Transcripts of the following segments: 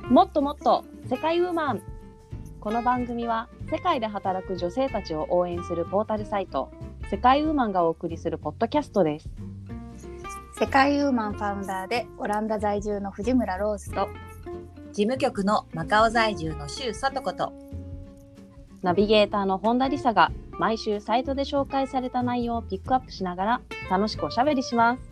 もっともっと世界ウーマン。この番組は世界で働く女性たちを応援するポータルサイト世界ウーマンがお送りするポッドキャストです。 世界ウーマンファウンダーでオランダ在住の藤村ローズと事務局のマカオ在住の周さとことナビゲーターの本田理沙が毎週サイトで紹介された内容をピックアップしながら楽しくおしゃべりします。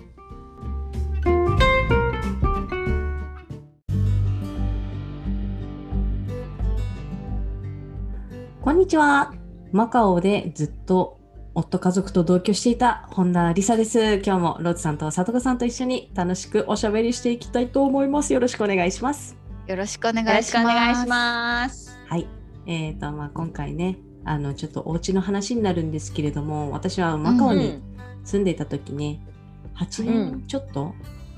こんにちは。マカオでずっと夫家族と同居していた本田理沙です。今日もロッツさんとさとこさんと一緒に楽しくおしゃべりしていきたいと思います。よろしくお願いします。 よろしくお願いします。 はい。今回ね、ちょっとお家の話になるんですけれども、私はマカオに住んでいた時ね、8年ちょっと、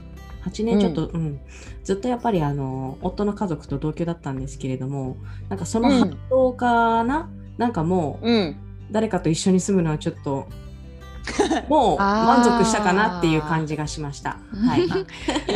ずっとやっぱり夫の家族と同居だったんですけれども、なんかその発動かな、なんかもう、誰かと一緒に住むのはちょっともう満足したかなっていう感じがしました。はい。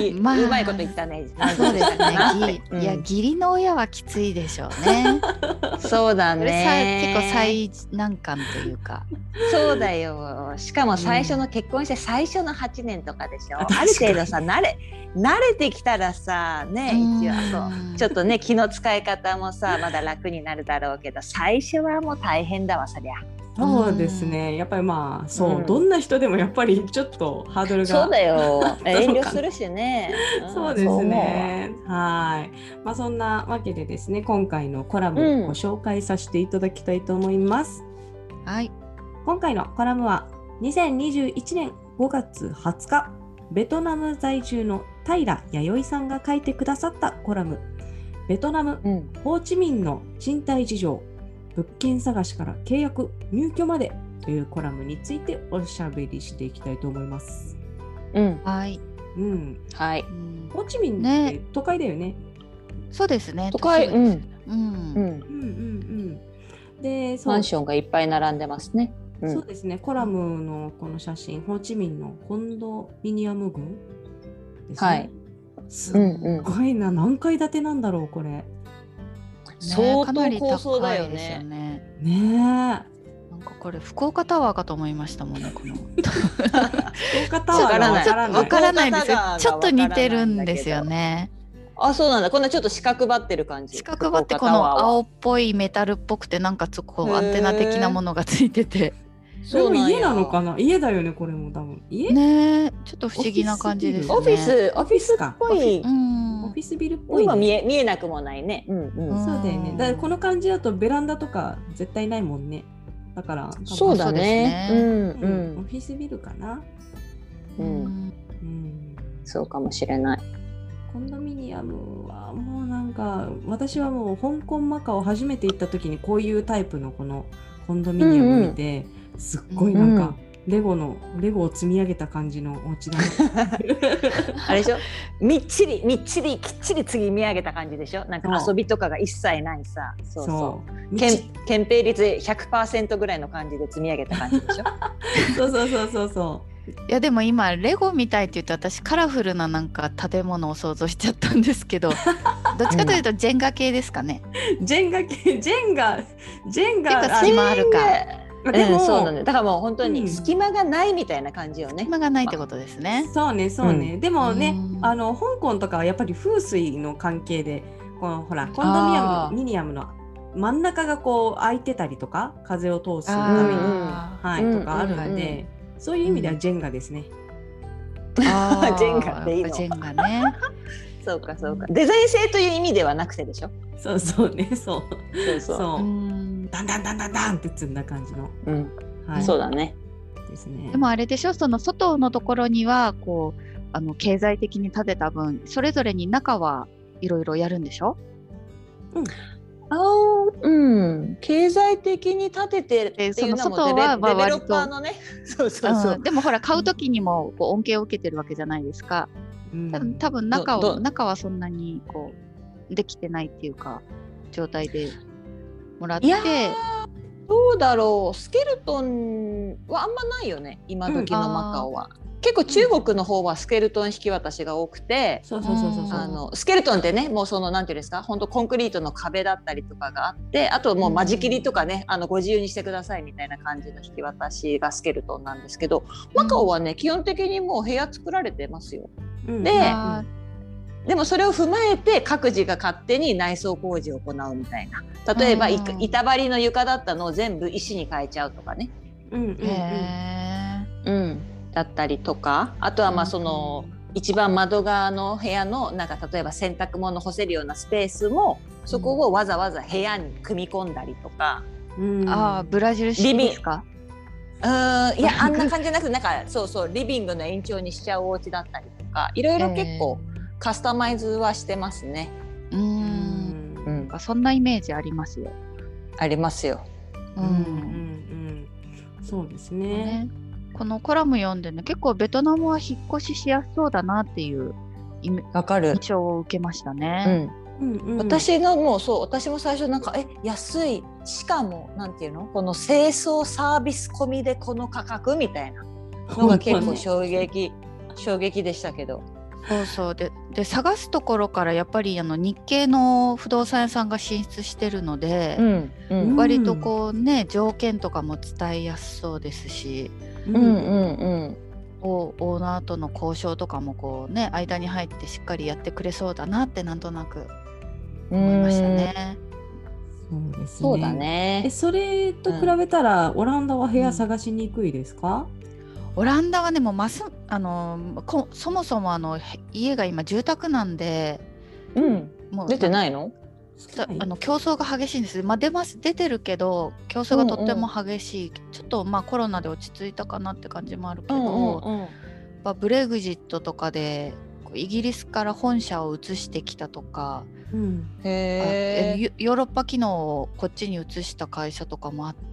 うまいこと言ったね。 そうですね。いや義理の親はきついでしょうね。 そうだね。 結構最難関というか。 そうだよ。しかも最初の結婚して最初の8年とかでしょ。ある程度さ慣れてきたらさね、一応ちょっとね気の使い方もさまだ楽になるだろうけど、最初はもう大変だわそりゃ。 そうですね。やっぱりどんな人でもやっぱりちょっとハードルがそうだよ。遠慮するしね。 そうですね。はい。そんなわけでですね、今回のコラムをご紹介させていただきたいと思います。 はい。 今回のコラムは2021年5月20日、ベトナム在住の平弥生さんが書いてくださったコラム、ベトナム、ホーチミンの賃貸事情。物件探しから契約入居までというコラムについておしゃべりしていきたいと思います。 はい。 はい。 ホーチミンって都会だよね。 そうですね。 都会。 で、 マンションがいっぱい並んでますね。 そうですね。コラムのこの写真、ホーチミンのコンドミニアム群ですね。はい。すごいな。何階建てなんだろうこれ。 相当高層だよね。 ねえ。 なんかこれ福岡タワーかと思いましたもんね。この福岡タワーわからないですよ。ちょっと似てるんですよね。 あ、そうなんだ。こんなちょっと四角ばってる感じ。 四角ばってこの青っぽいメタルっぽくてなんかこうアンテナ的なものがついてて。 そうなんや。家なのかな。家だよねこれも多分。家ね。ちょっと不思議な感じですね。 オフィスっぽい。 オフィスビルっぽい、 今見えなくもないね。 そうだよね。だからこの感じだとベランダとか絶対ないもんね。だからそうだね。 オフィスビルかな。 そうかもしれない。 コンドミニアムはもうなんか私はもう香港マカオ初めて行った時にこういうタイプのこのコンドミニアム見て、すっごいなんか、レゴを積み上げた感じのお家だなあれでしょ、みっちりきっちり積み上げた感じでしょ。なんか遊びとかが一切ないさ、そう憲兵率 100% ぐらいの感じで積み上げた感じでしょそういやでも今レゴみたいって言うと私カラフルななんか建物を想像しちゃったんですけどどっちかというとジェンガ系ですかね。 ジェンガ隙間あるか。 そうなんだ。だからもう本当に隙間がないみたいな感じよね。 隙間がないってことですね。 そうね。でもね、香港とかはやっぱり風水の関係でこのほらコンドミニアムの真ん中がこう開いてたりとか風を通すためにとかあるんで、そういう意味ではジェンガですね。 ジェンガでいいの。 ジェンガね。 そうか。デザイン性という意味ではなくてでしょ。 そうね。そう。ダンって積んだ感じの。 そうだね。 ですね。でもあれでしょ、その外のところにはこう経済的に建てた分それぞれに中はいろいろやるんでしょ。 経済的に建ててっていうのもデベロッパーのね。そう。 でもほら買う時にもこう恩恵を受けてるわけじゃないですか。多分中はそんなにこうできてないっていうか状態でもらって。 どうだろう。スケルトンはあんまないよね今時のマカオは。 結構中国の方はスケルトン引き渡しが多くて、スケルトンってね、もうそのなんていうんですか、本当コンクリートの壁だったりとかがあって、あともう間仕切りとかね、ご自由にしてくださいみたいな感じの引き渡しがスケルトンなんですけど、マカオはね基本的にもう部屋作られてますよ。でもそれを踏まえて各自が勝手に内装工事を行うみたいな。例えば板張りの床だったのを全部石に変えちゃうとかね。だったりとか、あとはまあその一番窓側の部屋のなんか例えば洗濯物干せるようなスペースもそこをわざわざ部屋に組み込んだりとか。 ブラジル式ですか？ いやあんな感じじゃなくて、なんかそうリビングの延長にしちゃうお家だったりとか、いろいろ結構カスタマイズはしてますね。 そんなイメージありますよ。 ありますよ。 そうですね。 このコラム読んでね、結構ベトナムは引っ越ししやすそうだなっていう印象を受けましたね。 私も最初なんか安い、しかもなんていうの、この清掃サービス込みでこの価格みたいなのが結構衝撃でしたけど。 で探すところからやっぱり日系の不動産屋さんが進出してるので、割とこうね条件とかも伝えやすそうですし、オーナーとの交渉とかもこうね間に入ってしっかりやってくれそうだなってなんとなく思いましたね。 そうだね。 それと比べたらオランダは部屋探しにくいですか？ オランダはねもうそもそも家が今住宅なんで、 もう出てないの？ 競争が激しいんです。出てるけど競争がとっても激しい。ちょっとコロナで落ち着いたかなって感じもあるけど、ブレグジットとかでイギリスから本社を移してきたとか、ヨーロッパ機能をこっちに移した会社とかもあって、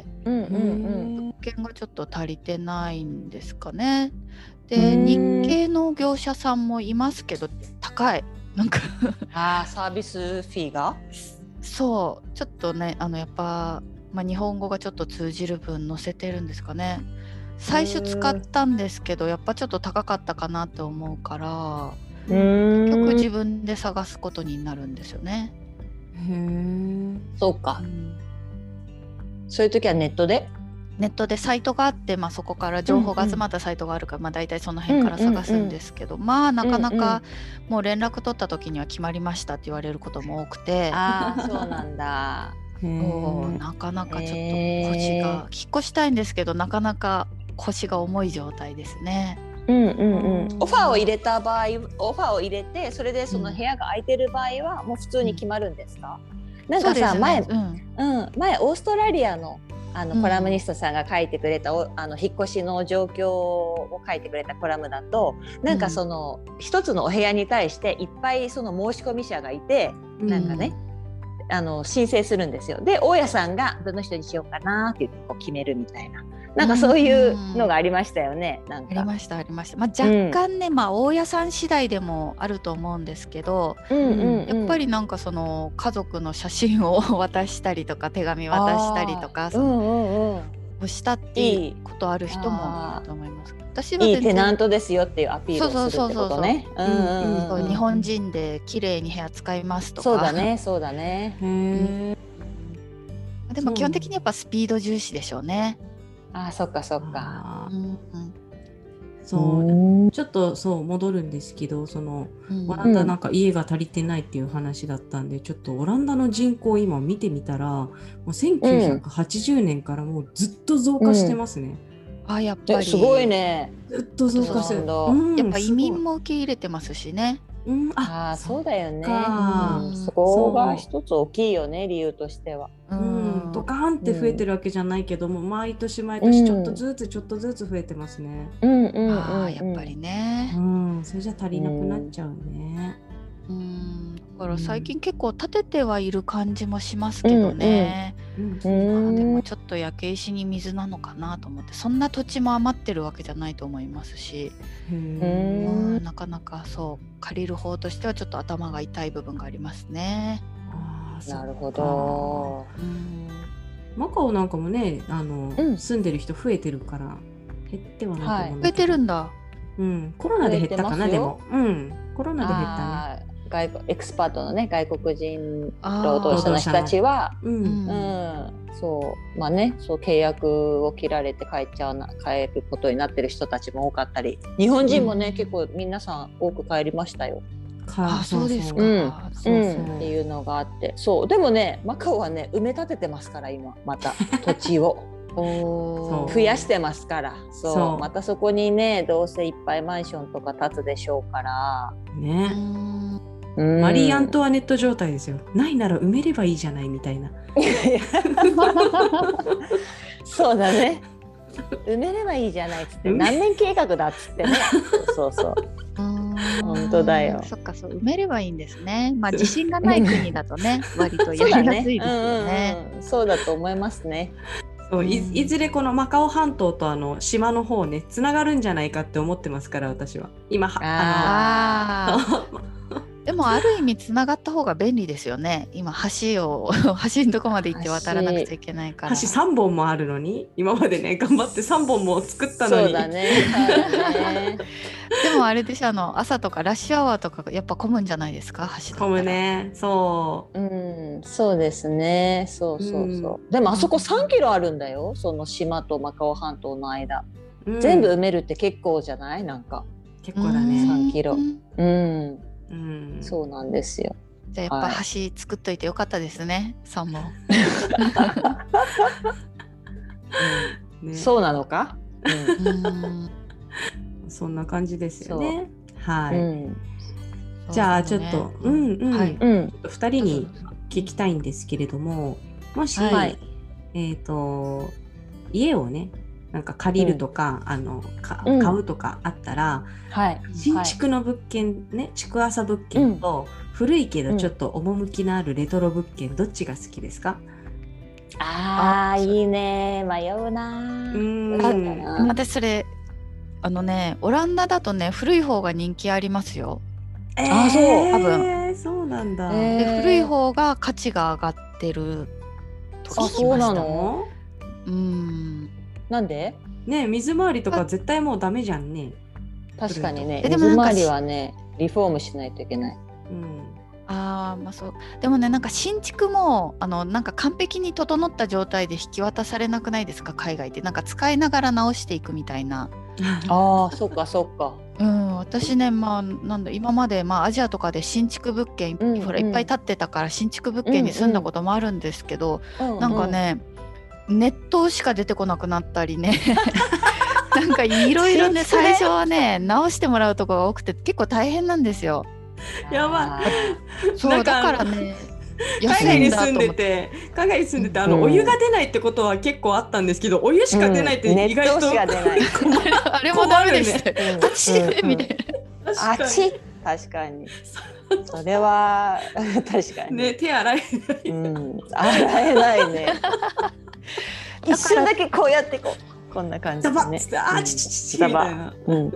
物件がちょっと足りてないんですかね。で日系の業者さんもいますけど高い。なんかサービスフィーがそうちょっとねやっぱ、日本語がちょっと通じる分載せてるんですかね。最初使ったんですけどやっぱちょっと高かったかなって思うから結局自分で探すことになるんですよね。 そうか、そういう時はネットでサイトがあって、そこから情報が集まったサイトがあるから、大体その辺から探すんですけど、なかなかもう連絡取った時には決まりましたって言われることも多くて、 そうなんだ。 なかなかちょっと腰が引っ越したいんですけどなかなか腰が重い状態ですね。 オファーを入れた場合、オファーを入れてそれでその部屋が空いてる場合はもう普通に決まるんですか？なんかさ、前オーストラリアのコラムニストさんが書いてくれた引っ越しの状況を書いてくれたコラムだと、なんかその一つのお部屋に対していっぱいその申し込み者がいて、なんかね申請するんですよ。で大家さんがどの人にしようかなって言ってこう決めるみたいな、なんかそういうのがありましたよね。なんかありました。若干ね、大家さん次第でもあると思うんですけど、やっぱりなんかその家族の写真を渡したりとか手紙渡したりとかをしたっていうことある人もいると思います。私は全然いいテナントですよっていうアピールをするってことね。 日本人で綺麗に部屋使いますとか。 そうだね。 でも基本的にやっぱスピード重視でしょうね。 そっか。 そうちょっと戻るんですけど、オランダなんか家が足りてないっていう話だったんで、ちょっとオランダの人口今見てみたらもう1980年からもうずっと増加してますね。 やっぱりすごいね。 ずっと増加してる。 やっぱ移民も受け入れてますしね。 そうだよね。そこが一つ大きいよね、理由としては。 ドカーンって増えてるわけじゃないけども、毎年ちょっとずつ増えてますね。 やっぱりね。 それじゃ足りなくなっちゃうね。 だから最近結構建ててはいる感じもしますけどね。でもちょっと焼け石に水なのかなと思って、そんな土地も余ってるわけじゃないと思いますし、なかなか借りる方としてはちょっと頭が痛い部分がありますね。 なるほど。 マカオなんかもね住んでる人増えてるから減ってはないと思うん増えだけど、 てるんだ。 コロナで減ったかな。 増えてますよでも、コロナで減ったね。 エクスパートのね、外国人労働者の人たちは、そうまあね、そう契約を切られて帰ることになってる人たちも多かったり、日本人もね、結構皆さん多く帰りましたよ。 そうですか。 っていうのがあって、そうでもね、マカオはね埋め立ててますから、今また土地を増やしてますから、そうまたそこにね、どうせいっぱいマンションとか建つでしょうからね。マリー・アントワネット状態ですよ。ないなら埋めればいいじゃないみたいな。 そうだね。埋めればいいじゃないっつって、何年計画だっつってね。そう本当だよ。 そっか、そう埋めればいいんですね。まあ地震がない国だとね、割とやりやすいですよね。 そうだと思いますね。 いずれこのマカオ半島と島の方ね、つながるんじゃないかって思ってますから、私は今でもある意味つながった方が便利ですよね。今橋のとこまで行って渡らなくちゃいけないから。 橋3本もあるのに、今までね頑張って3本も作ったのに。 そうだね。 でもあれでしょ、朝とかラッシュアワーとかやっぱ混むんじゃないですか、橋だったら。 混むね。 そうですね。そう。でもあそこ3キロあるんだよ、その島とマカオ半島の間。全部埋めるって結構じゃない？なんか結構だね。 3キロ。そうなんですよ。 じゃあやっぱ橋作っといてよかったですね、3本。 そうなのか？ そんな感じですよね。はい。じゃあちょっと2人に聞きたいんですけれども、もし家をねなんか借りるとか、買うとかあったら、新築の物件ね、築浅物件と、古いけどちょっと趣のあるレトロ物件、どっちが好きですか？ いいね、迷うな。 私それオランダだとね、古い方が人気ありますよ。 そう多分そうなんだ。 で古い方が価値が上がってると聞きました。 そうなの？なんで？ ね、水回りとか絶対もうダメじゃんね。 確かにね、水回りはねリフォームしないといけない。 そうでもね、なんか新築もなんか完璧に整った状態で引き渡されなくないですか、海外って。なんか使いながら直していくみたいな。 そっか。 私ね、なんだ今までアジアとかで新築物件ほらいっぱい建ってたから新築物件に住んだこともあるんですけど、なんかね熱湯しか出てこなくなったりねなんかいろいろね、最初はね直してもらうところが多くて結構大変なんですよ。 やばい。 そうだからね、 海外に住んでてお湯が出ないってことは結構あったんですけど、お湯しか出ないって意外と、 あれもダメでした。あちみたいな。 確かに。それは確かに。 ね、手洗えない。 洗えないね。一瞬だけこうやってこんな感じでね。 みたいな。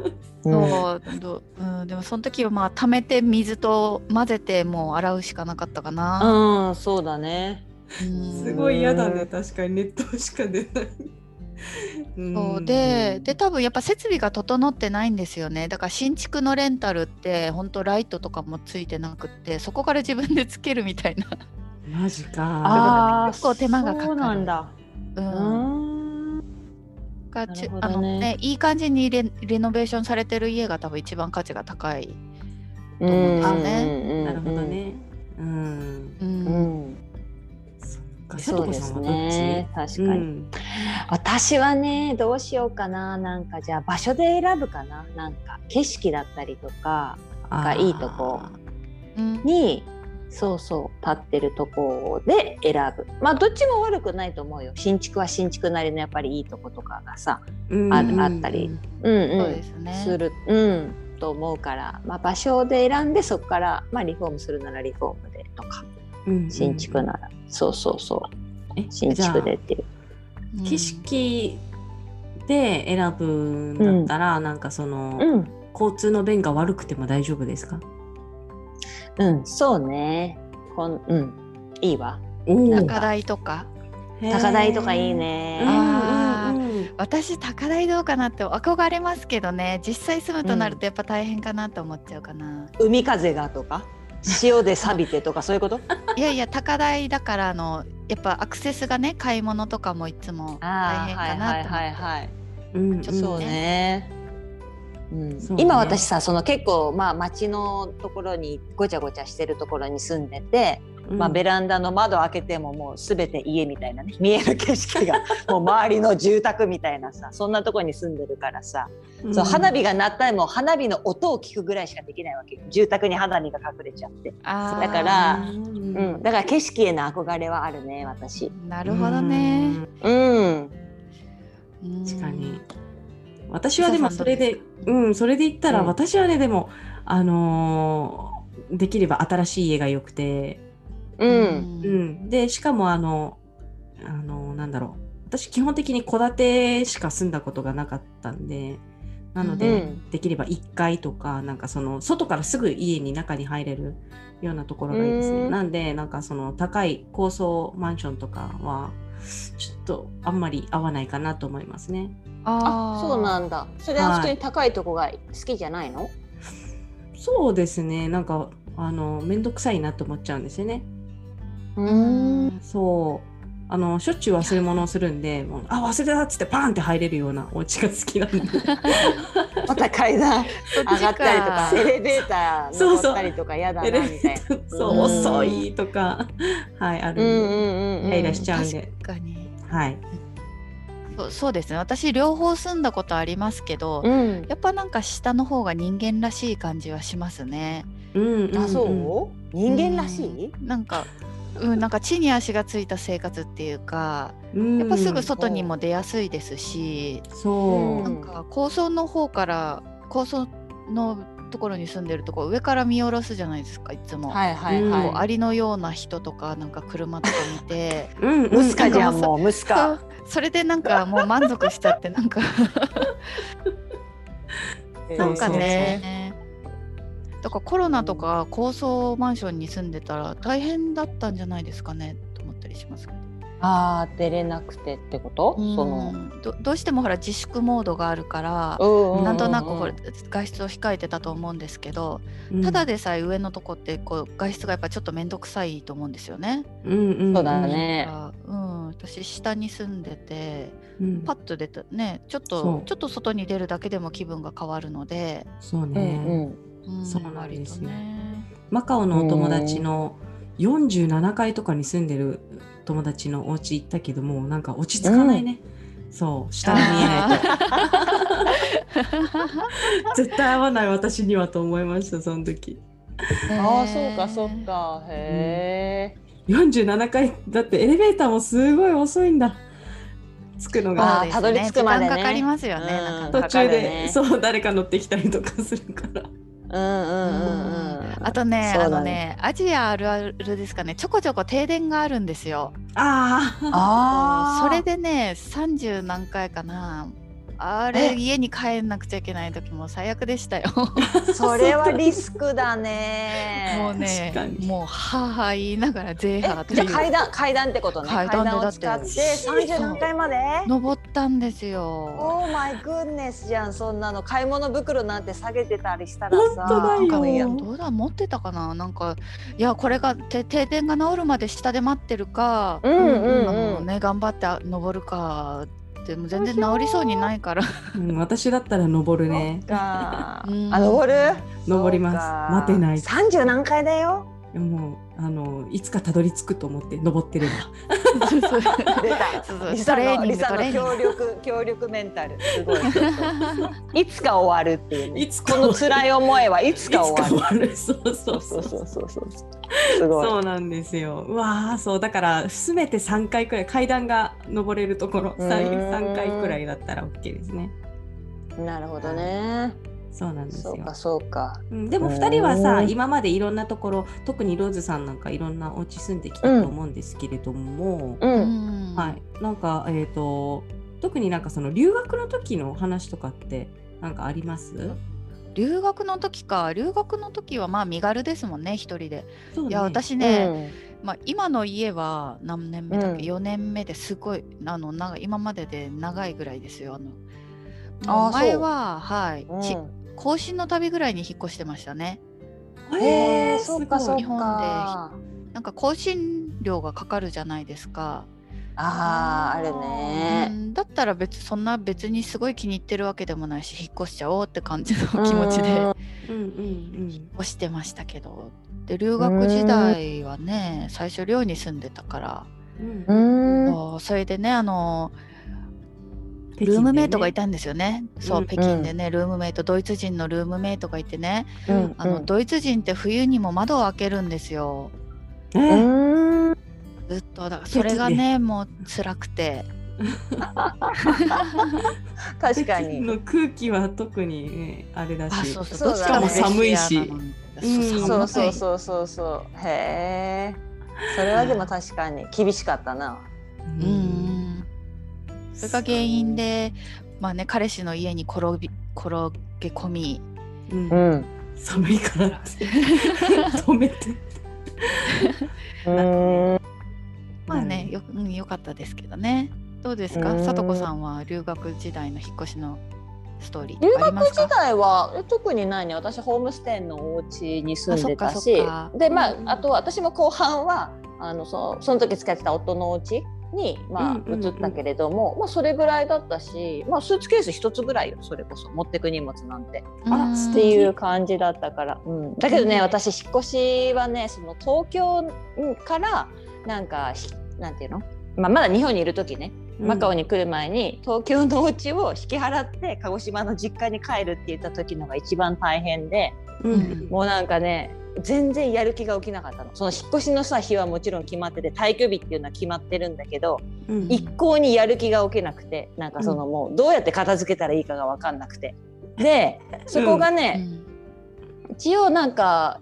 でもその時は溜めて水と混ぜてもう洗うしかなかったかな。 そうだね。 すごい嫌だね、確かに熱湯しか出ない。 そうで多分やっぱ設備が整ってないんですよね。だから新築のレンタルって本当ライトとかもついてなくって、そこから自分でつけるみたいな。 マジか。 結構手間がかかる。 そうなんだ。 いい感じにレノベーションされてる家が多分一番価値が高いと思うんですね。 なるほどね。 そうですね。確かに。私はね、どうしようかな。なんかじゃあ場所で選ぶかな。なんか景色だったりとかがいいとこに、立ってるとこで選ぶ。どっちも悪くないと思うよ。新築は新築なりのやっぱりいいとことかがさ、あったりすると思うから、場所で選んでそこからリフォームするならリフォームでとか、新築なら新築でっていう。 景色で選ぶんだったら、なんか交通の便が悪くても大丈夫ですか？ そうね。いいわ。 高台とか。 高台とかいいね。 私高台どうかなって憧れますけどね、実際住むとなるとやっぱ大変かなと思っちゃうかな。 海風がとか潮で錆びてとかそういうこと？ いやいや高台だからやっぱアクセスがね、買い物とかもいつも大変かなと思って。ちょっとそうね。 そうね今私さ、その結構町のところにごちゃごちゃしてるところに住んでて、ベランダの窓開けてももうすべて家みたいなね、見える景色がもう周りの住宅みたいなさ、そんなところに住んでるからさ、そう花火が鳴ったりも花火の音を聞くぐらいしかできないわけよ。住宅に花火が隠れちゃって。だからだから景色への憧れはあるね、私。 なるほどね。 確かに。私はでもそれで言ったら、私はねでもできれば新しい家が良くて、でしかもなんだろう、私基本的に戸建てしか住んだことがなかったんで、なので、できれば1階とかなんかその外からすぐ家に中に入れるようなところがいいですね。なんでなんかその高い高層マンションとかはちょっとあんまり合わないかなと思いますね。 そうなんだ。それは普通に高いとこが好きじゃないの？ そうですね。なんかめんどくさいなと思っちゃうんですよね。そうしょっちゅう忘れ物をするんで、もう忘れたっつってパーンって入れるようなお家が好きなんで。 また階段上がったりとかエレベーター登ったりとか嫌だなみたいな。 そう遅いとかあるんでイライラしちゃうんで。 確かに。 そうですね。私両方住んだことありますけど、やっぱなんか下の方が人間らしい感じはしますね。 そう人間らしい？ なんか地に足がついた生活っていうか、やっぱすぐ外にも出やすいですし、なんか高層の方から高層のところに住んでるとこ上から見下ろすじゃないですか、いつも。アリのような人とかなんか車とか見てムスカじゃん、もうムスカ。 それでなんかもう満足しちゃってなんかなんかね、だからコロナとか高層マンションに住んでたら大変だったんじゃないですかねと思ったりしますけど。 出れなくてってこと？ どうしてもほら自粛モードがあるから、なんとなく外出を控えてたと思うんですけど、ただでさえ上のとこってこう外出がやっぱちょっと面倒くさいと思うんですよね。 そうだね。 私下に住んでて、パッと出たね、ちょっと外に出るだけでも気分が変わるので。 そうね。そうなんですよ。マカオのお友達の47階とかに住んでる友達のお家行ったけども、なんか落ち着かないね。そう下が見えないと絶対合わない私にはと思いました、その時。 そうかへえ。 47階だってエレベーターもすごい遅いんだ、着くのが。 たどり着くまでね、 時間かかりますよね。 途中で誰か乗ってきたりとかするから。 あとね、アジアあるあるですかね、ちょこちょこ停電があるんですよ。それでね、30何回かな、あれ家に帰んなくちゃいけない時も最悪でしたよ。 それはリスクだね。 もうね、もうはーはー言いながらゼーハーという。 じゃあ階段ってことね。階段を使って30何階まで登ったんですよ。 オーマイグッネスじゃん。そんなの買い物袋なんて下げてたりしたらさ。 本当だよ。 どうだ、持ってたかな。なんかいや、これが停電が治るまで下で待ってるか、頑張って登るか。でも全然治りそうにないから、 私だったら登るね。登ります。待てない。 30何階だよ。 もういつかたどり着くと思って登ってれば。 出た。リサの協力メンタルすごい。いつか終わるっていう、この辛い思いはいつか終わる。そう。すごい。 そうなんですよ。そうだからせめて3回くらい階段が登れるところ3回くらいだったら OK ですね。 なるほどね。 そうなんですよ。 そうか。 でも2人はさ、今までいろんなところ、特にローズさんなんかいろんなお家住んできたと思うんですけれども、なんか特になんかその留学の時の話とかってなんかあります？ 留学の時はまあ身軽ですもんね、一人で。いや私ね、 今の家は何年目だっけ、 うん 4年目ですごい今までで長いぐらいですよ。 あーもう前ははい、 うん更新の旅ぐらいに引っ越してましたね。 へーすごいそっかそっ日本でか。 なんか更新料がかかるじゃないですか。 あるね。 だったら別にすごい気に入ってるわけでもないし引っ越しちゃおうって感じの気持ちでうんうんうん引っ越してましたけど、で留学時代はね最初寮に住んでたからうんうんそれでねルームメイトがいたんですよね。そう、 うん北京でねルームメイト、ドイツ人のルームメイトがいてね、 うんドイツ人って冬にも窓を開けるんですよ。 うんずっとだからそれがねもう辛くて。 確かに。 の空気は特に、ね、あれだし、 そうそう、 そうどっちかも寒いしそう寒い。 そう。へえ。それはでも確かに厳しかったな。 それが原因で彼氏の家に転げ込み、 寒いからって止めてよかったですけどね。どうですか、さとこさんは留学時代の引っ越しのストーリー留ありますか？ 学時代は特にないね。私ホームステイのお家に住んでたし、であと私も後半はその時使ってた夫のお家に移ったけれども、それぐらいだったし、スーツケース一つぐらいよ、それこそ持ってく荷物なんてっていう感じだったから、だけどね、私引っ越しはね、その東京からなんていうの、まだ日本にいる時ね、マカオに来る前に東京のお家を引き払って鹿児島の実家に帰るって言った時のが一番大変で、もうなんかね全然やる気が起きなかったの。その引っ越しの日はもちろん決まってて、退去日っていうのは決まってるんだけど、一向にやる気が起きなくて、なんかもうどうやって片付けたらいいかが分かんなくて、でそこがね、一応なんか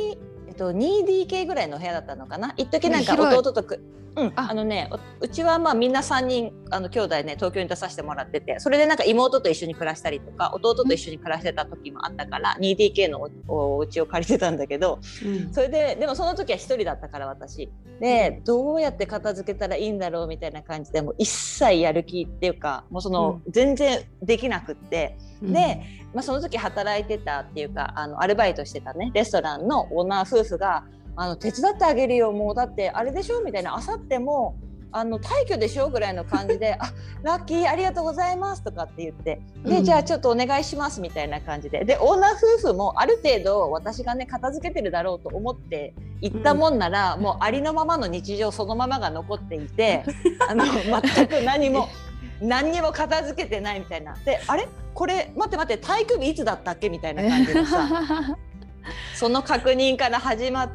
2DK ぐらいの部屋だったのかな。一時なんか弟とうちはみんな3人兄弟ね東京に出させてもらってて、それでなんか妹と一緒に暮らしたりとか弟と一緒に暮らしてた時もあったから 2DK のお家を借りてたんだけど、それでもその時は一人だったから私で、どうやって片付けたらいいんだろうみたいな感じで、もう一切やる気っていうかもう全然できなくって、でその時働いてたっていうかアルバイトしてたねレストランのオーナー夫婦が手伝ってあげるよ、もうだってあれでしょみたいな、あさっても退去でしょぐらいの感じであラッキーありがとうございますとかって言って、でじゃあちょっとお願いしますみたいな感じで、でオーナー夫婦もある程度私がね片付けてるだろうと思って行ったもんなら、もうありのままの日常そのままが残っていて全く何にも片付けてないみたいな。であれこれ待って退去日いつだったっけみたいな感じのさその確認から始まって、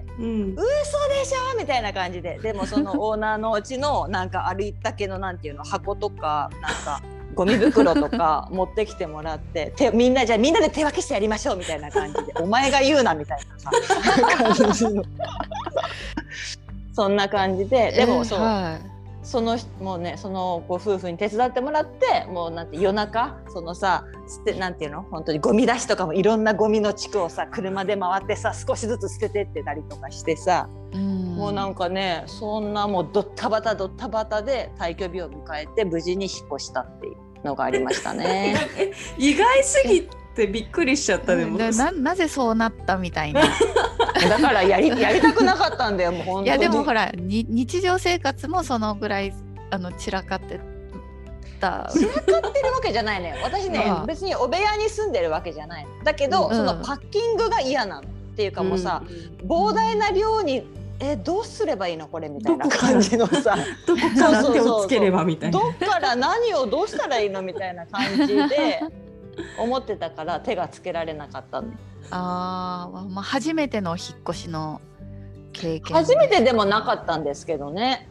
嘘でしょみたいな感じで、でもそのオーナーのうちのなんか歩いたけのなんていうの箱とかなんかゴミ袋とか持ってきてもらってみんなで手分けしてやりましょうみたいな感じでお前が言うなみたいなさ感じのそんな感じで、でももうねそのご夫婦に手伝ってもらって、もうなんて夜中なんていうの本当にゴミ出しとかもいろんなゴミの地区をさ車で回ってさ少しずつ捨ててってたりとかしてさ、もうなんかねそんなもうドッタバタで退去日を迎えて無事に引っ越したっていうのがありましたね意外すぎてびっくりしちゃったでもなぜそうなったみたいなだからやりたくなかったんだよもう本当に。 いやでもほら日常生活もそのぐらい散らかってた。 散らかってるわけじゃないのよ私ね別にお部屋に住んでるわけじゃないのだけど、そのパッキングが嫌なのっていうか、もうさ、膨大な量にどうすればいいのこれみたいな感じのさどこから手をつければみたいな、 どっから何をどうしたらいいのみたいな感じで思ってたから手がつけられなかったの。 初めての引っ越しの経験。 初めてでもなかったんですけどね。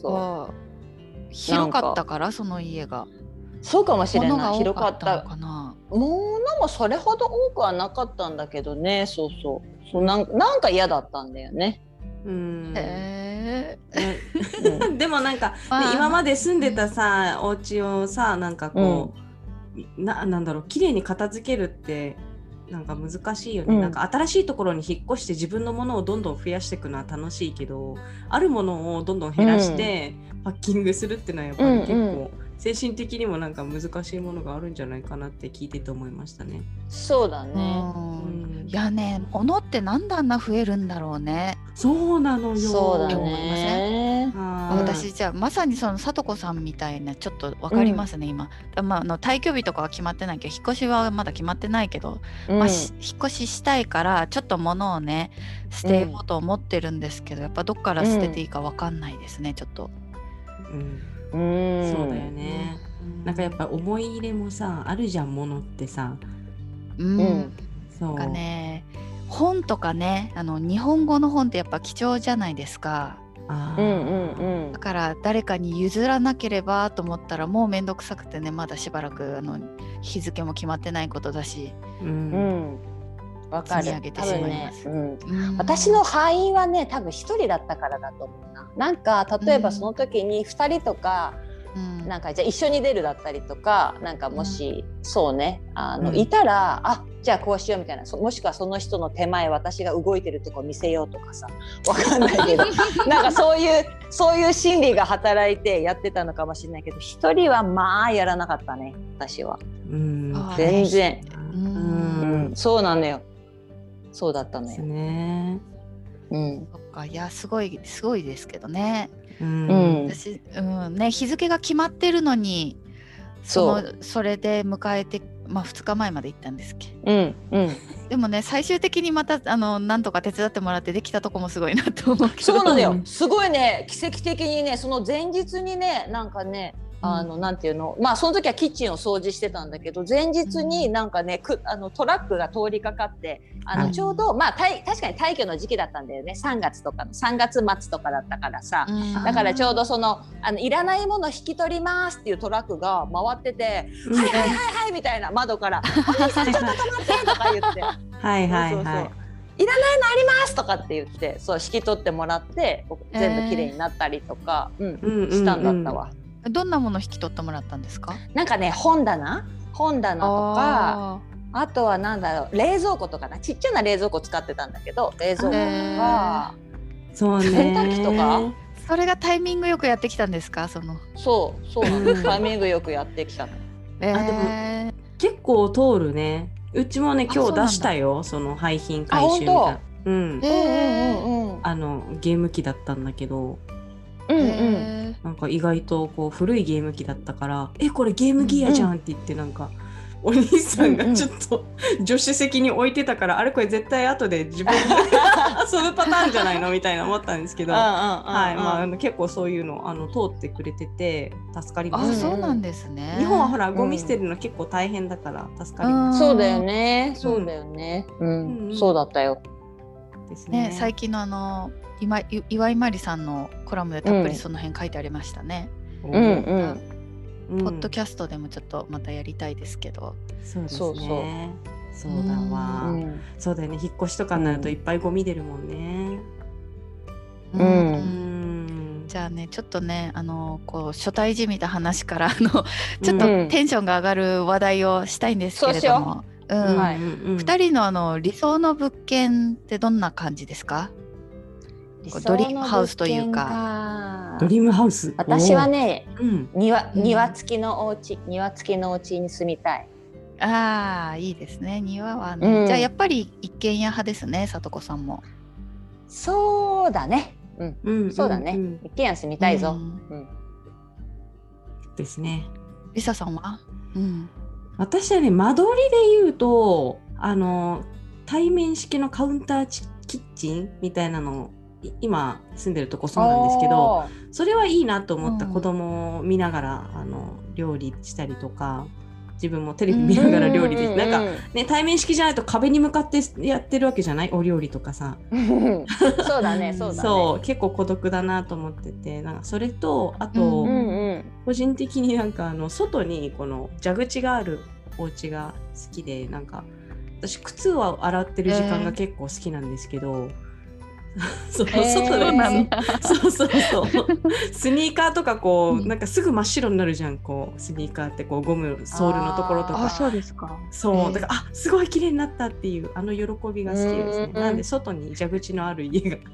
広かったからその家が。 そうかもしれない。 物が多かったのかな。物もそれほど多くはなかったんだけどね。なんか嫌だったんだよね。 でもなんか、今まで住んでたさお家をさなんかこう、なんだろう綺麗に片付けるってなんか難しいよね、なんか新しいところに引っ越して自分のものをどんどん増やしていくのは楽しいけど、あるものをどんどん減らしてパッキングするっていうのはやっぱり結構精神的にもなんか難しいものがあるんじゃないかなって聞いてて思いましたね。 そうだね。 いやね、物ってなんであんな増えるんだろうね。 そうなのよ。 そうだね。 私じゃあまさにそのさとこさんみたいなちょっと分かりますね、今。退去日とかは決まってないけど、引っ越しはまだ決まってないけど、引っ越ししたいからちょっと物をね捨てようと思ってるんですけど、やっぱどっから捨てていいか分かんないですね、ちょっと。 そうだよね。なんかやっぱ思い入れもさあるじゃん、物ってさ。 そうかね、本とかね、日本語の本ってやっぱ貴重じゃないですか。だから誰かに譲らなければと思ったらもうめんどくさくてね、まだしばらく日付も決まってないことだし、 わかる。 積み上げてしまいます。 私の敗因はね、多分一人だったからだと思うな。なんか例えばその時に2人とか、なんかじゃあ一緒に出るだったりとか、なんかもし、そうね、いたらじゃあこうしようみたいな、もしくはその人の手前私が動いてるとこ見せようとかさ、わかんないけどなんかそういう心理が働いてやってたのかもしれないけど、一人はまあやらなかったね、私は。全然。そうなんだよ。そうだったのよ。 そっか、いやすごいですけどね。私ね、日付が決まってるのにそれで迎えて、2日前まで行ったんですっけ。でもね、最終的にまたなんとか手伝ってもらってできたとこもすごいなと思うけど。 そうなのよ。すごいね、奇跡的にね、その前日にね、なんかね、なんていうの、その時はキッチンを掃除してたんだけど、前日になんかね、トラックが通りかかって、ちょうど確かに退去の時期だったんだよね。3月末とかだったからさ、だからちょうどいらないもの引き取りますっていうトラックが回ってて、はいはいはいはいみたいな、窓からお兄さんちょっと止まってとか言っていらないのありますとかって言って、そう引き取ってもらって全部きれいになったりとかしたんだったわ。 どんなもの引き取ってもらったんですか？ なんかね、本棚とか、あとはなんだろう、冷蔵庫とかな、ちっちゃな冷蔵庫使ってたんだけど、冷蔵庫とか、 そうね、 洗濯機とか。 それがタイミングよくやってきたんですか？ そうなんです。タイミングよくやってきたの。 でも結構通るね。うちもね、今日出したよ、その廃品回収みたいな。ゲーム機だったんだけど、なんか意外とこう古いゲーム機だったから「これゲームギアじゃん」って言って、なんかお兄さんがちょっと助手席に置いてたから「あれこれ絶対後で自分で遊ぶパターンじゃないの?」みたいな思ったんですけど、結構そういうの通ってくれてて助かります。 そうなんですね。 日本はほらゴミ捨てるの結構大変だから助かります。 そうだよね。そうだったよ。 ね、最近の岩井まりさんのコラムでたっぷりその辺書いてありましたね。ポッドキャストでもちょっとまたやりたいですけど。 そうですね。そうだわ。そうだよね。引っ越しとかになるといっぱいゴミ出るもんね。 じゃあね、ちょっとね、こう初対じみた話からちょっとテンションが上がる話題をしたいんですけれども、2人の理想の物件ってどんな感じですか？ドリームハウスというか。 ドリームハウス。 私はね、庭付きのお家に住みたい。 いいですね。庭はね。じゃあやっぱり一軒家派ですね、さとこさんも。 そうだね。そうだね。一軒家住みたいぞ。 ですね。 りささんは？ 私はね、間取りで言うと対面式のカウンターキッチンみたいなのを今住んでるとこそうなんですけど、それはいいなと思った。子供を見ながら料理したりとか、自分もテレビ見ながら料理で、なんかね、対面式じゃないと壁に向かってやってるわけじゃない、お料理とかさ。 そうだね。 そう結構孤独だなと思ってて、なんかそれとあと、個人的になんか外にこの蛇口があるお家が好きで、なんか私靴を洗ってる時間が結構好きなんですけど、 そうそうなんだ。 そうスニーカーとかこう、なんかすぐ真っ白になるじゃん、こうスニーカーってこうゴムソールのところとか。 そうですか。 そうだからすごい綺麗になったっていう喜びが好きですね。なんで外に蛇口のある家が好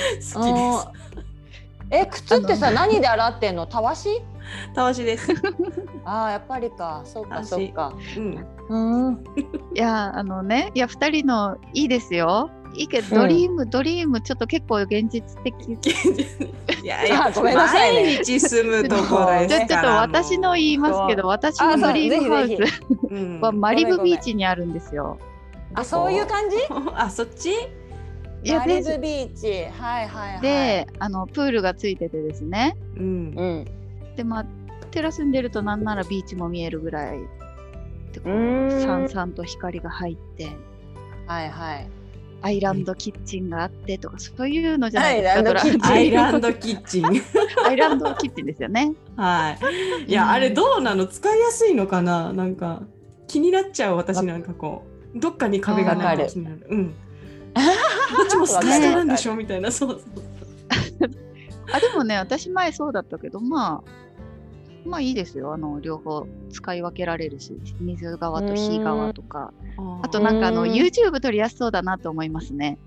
きです。 靴ってさ何で洗ってんの？たわし？ たわしです。 やっぱりか。そうか。 いやいや2人のいいですよ。いいけど、ドリームちょっと結構現実的。 いやごめんなさいね。 毎日住むところですから。 ちょっと私の言いますけど、私のドリームハウスはマリブビーチにあるんですよ。 そういう感じ？ そっち？ マリブビーチ。 で、プールがついててですね。でテラスに出るとなんならビーチも見えるぐらいで、こうさんさんと光が入って、アイランドキッチンがあってとか、そういうのじゃないですか。 アイランドキッチンアイランドキッチンですよね。 いや、あれどうなの？使いやすいのかな？なんか気になっちゃう。私なんかこうどっかに壁がないの気になる。どっちもスカスカなんでしょみたいな。そうでもね、私前そうだったけど、まあいいですよ。両方使い分けられるし、水側と火側とか。あとなんかYouTube 撮りやすそうだなと思いますね。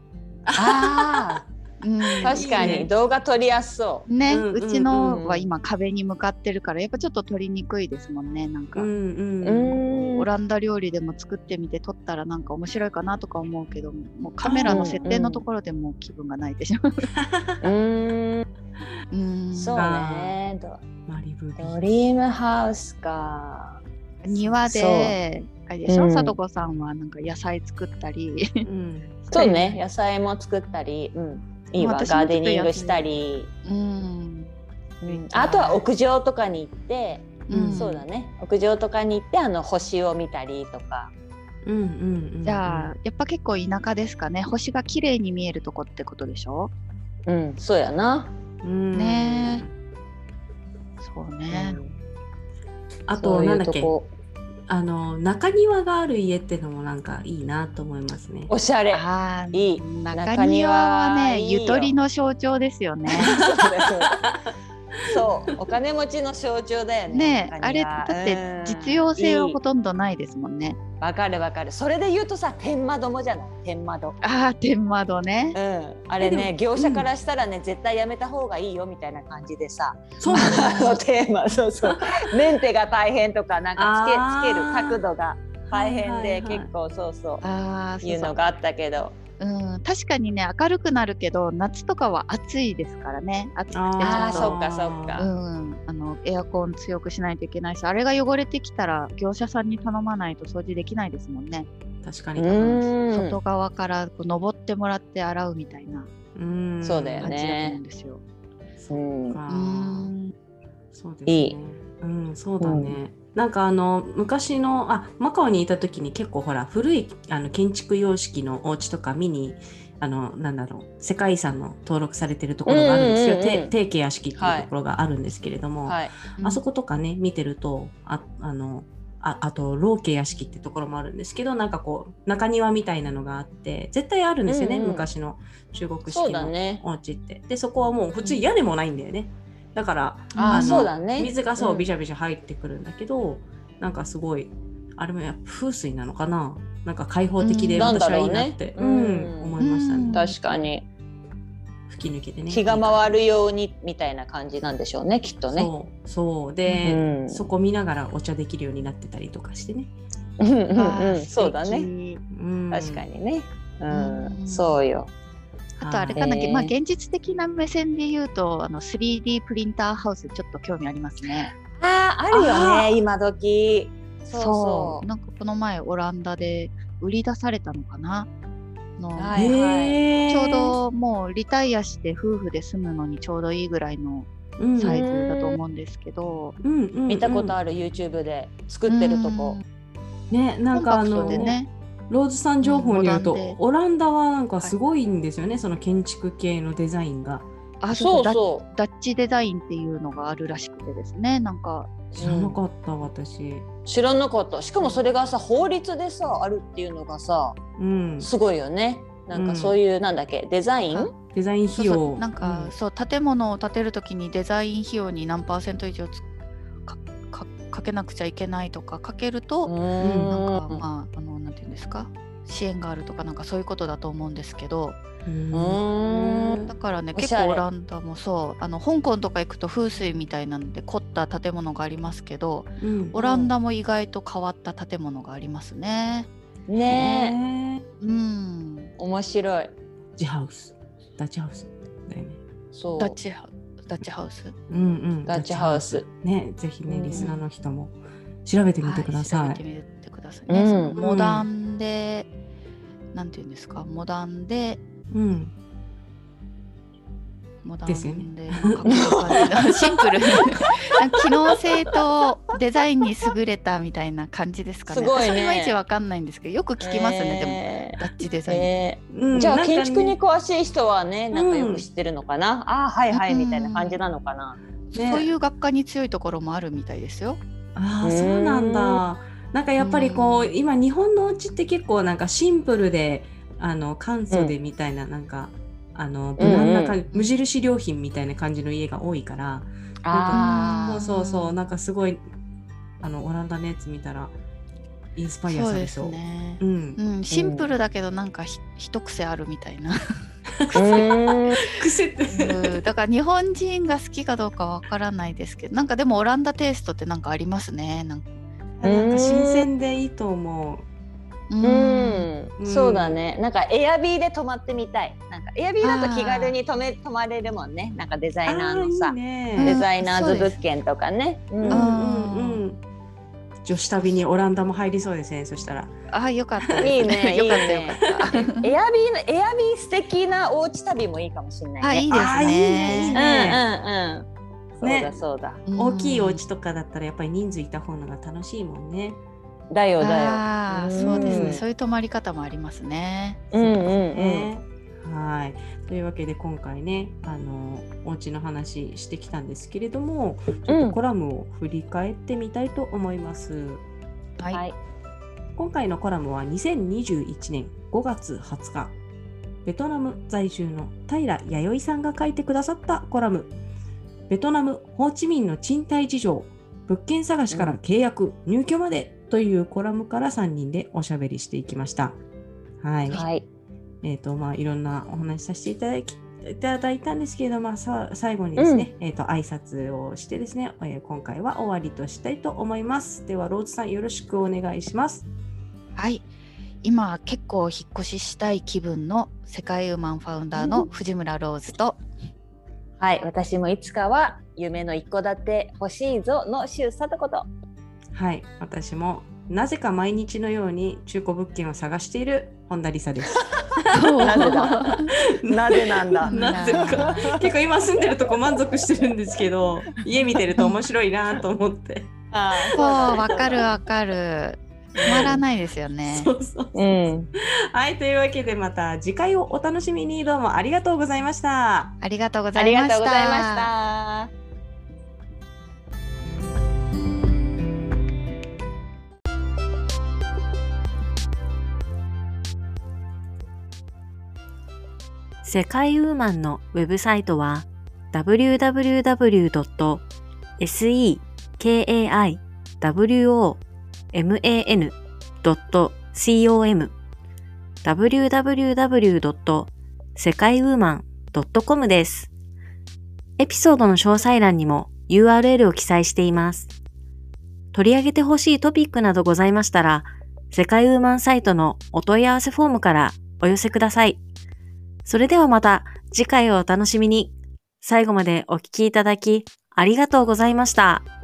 確かに動画撮りやすそうね。うちのは今壁に向かってるから、やっぱちょっと撮りにくいですもんね。なんかオランダ料理でも作ってみて撮ったらなんか面白いかなとか思うけど、もうカメラの設定のところでもう気分がないでしょ。 そうね。ドリームハウスか。 庭であれでしょ、さとこさんはなんか野菜作ったり、 そうね、野菜も作ったり、いいわ、ガーデニングしたり、あとは屋上とかに行って、そうだね、屋上とかに行って星を見たりとか。 じゃあやっぱ結構田舎ですかね。星が綺麗に見えるとこってことでしょ。 そうやな。 ね。そうね。 あとなんだっけ、中庭がある家ってのもなんかいいなと思いますね。 おしゃれ。いい。 中庭はね、ゆとりの象徴ですよね。 そう、お金持ちの象徴だよね。 あれだって実用性はほとんどないですもんね。 わかる。それで言うとさ、天窓もじゃない？天窓。 天窓ね。 あれね、業者からしたらね、絶対やめた方がいいよみたいな感じでさ。 そうなの？ テーマ、そう。メンテが大変とか、なんかつける角度が大変で、結構いうのがあったけど。 確かにね、明るくなるけど夏とかは暑いですからね。暑くてちょっとそっか、 エアコン強くしないといけないし、あれが汚れてきたら業者さんに頼まないと掃除できないですもんね。 確かに。 外側からこう登ってもらって洗うみたいなそうだよね。 感じだと思うんですよ。 そうですね。いい。そうだね。なんか昔のマカオにいた時に結構ほら古い建築様式のお家とか見になんだろう、世界遺産の登録されてるところがあるんですよ。定家屋敷っていうところがあるんですけれども、あそことかね見てるとあと老家屋敷ってところもあるんですけど、なんかこう中庭みたいなのがあって絶対あるんですよね、昔の中国式のお家って。でそこはもう普通屋根もないんだよね。だから水がビシャビシャ入ってくるんだけど、なんかすごいあれもやっぱ風水なのかな、なんか開放的で私はいいなって思いましたね。 確かに吹き抜けてね、 気が回るようにみたいな感じなんでしょうね、きっとね。 そうで、そこ見ながらお茶できるようになってたりとかしてね。 そうだね、確かにね。そうよ。 あとあれかな、現実的な目線で言うと3D プリンターハウスちょっと興味ありますね。 あるよね、今時。 そうなんかこの前オランダで売り出されたのかな。ちょうどもうリタイアして夫婦で住むのにちょうどいいぐらいのサイズだと思うんですけど、 見たことある YouTube で作ってるとこね。なんかローズさん情報によると、オランダはなんかすごいんですよね、その建築系のデザインが。 そうダッチデザインっていうのがあるらしくてですね。なんか知らなかった、私知らなかった。しかもそれがさ法律でさあるっていうのがさ、すごいよね。なんかそういうなんだっけ、デザインデザイン費用そうなんか、そう建物を建てるときにデザイン費用に何%以上かけなくちゃいけないとかかけると、なんかまあなんていうんですか、支援があるとかなんかそういうことだと思うんですけど、だからね結構オランダもそう香港とか行くと風水みたいなので凝った建物がありますけど、オランダも意外と変わった建物がありますね。 ねえ、 面白い。 ダッチハウスだよね。 そう。 ダッチハウス。 ダッチハウス。 ね、ぜひねリスナーの人も調べてみてください。 調べてみてくださいね。モダンで、なんていうんですか、モダンで。モダンでですよね。 シンプル機能性とデザインに優れたみたいな感じですかね。 すごいね。 私いまいちわかんないんですけどよく聞きますね、でもダッチデザイン、じゃあ建築に詳しい人はねなんかよく知ってるのかな、はいはいみたいな感じなのかな、 そういう学科に強いところもあるみたいですよ。 そうなんだ。なんかやっぱりこう今日本のお家って結構なんかシンプルで簡素でみたいな、なんか無難な無印良品みたいな感じの家が多いから、なんかそうなんかすごいオランダのやつ見たらインスパイアされそう。 そうですね。シンプルだけどなんか一癖あるみたいな。 癖ってだから日本人が好きかどうかわからないですけど、なんかでもオランダテイストってなんかありますね。なんか新鮮でいいと思う。 そうだね。なんかエアビーで泊まってみたい。なんかエアビーだと気軽に泊まれるもんね。なんかデザイナーのさ、デザイナーズ物件とかね。 女子旅にオランダも入りそうですね。そしたら。 よかった。 いいね。 よかった。 エアビー素敵なおうち旅もいいかもしれないね。 いいですね。 そうだ。 大きいお家とかだったらやっぱり人数いた方が楽しいもんね。 だよ。 そうですね。そういう泊まり方もありますね。 はい。というわけで今回ね、お家の話してきたんですけれども、ちょっとコラムを振り返ってみたいと思います。 はい。 今回のコラムは2021年5月20日、ベトナム在住の平弥生さんが書いてくださったコラム、ベトナム・ホーチミンの賃貸事情、物件探しから契約、入居までというコラムから3人でおしゃべりしていきました。はい。いろんなお話させていただいたんですけれども、最後にですね、挨拶をしてですね、今回は終わりとしたいと思います。では、ローズさんよろしくお願いします。 はい。今結構引っ越ししたい気分の世界ウーマンファウンダーの藤村ローズと、 はい、私もいつかは夢の一戸建て欲しいぞの周さとこと。 はい、私もなぜか毎日のように中古物件を探している本田理沙です。 なぜだなぜなんだなぜか結構今住んでるとこ満足してるんですけど、家見てると面白いなと思って。 そう、わかる止まらないですよね。 はい、というわけでまた次回をお楽しみに。どうもありがとうございました。 ありがとうございました。 世界ウーマンのウェブサイトは www.sekaiwoman.com www.sekaiwoman.com です。エピソードの詳細欄にも URL を記載しています。取り上げてほしいトピックなどございましたら、世界ウーマンサイトのお問い合わせフォームからお寄せください。それではまた次回をお楽しみに。最後までお聞きいただきありがとうございました。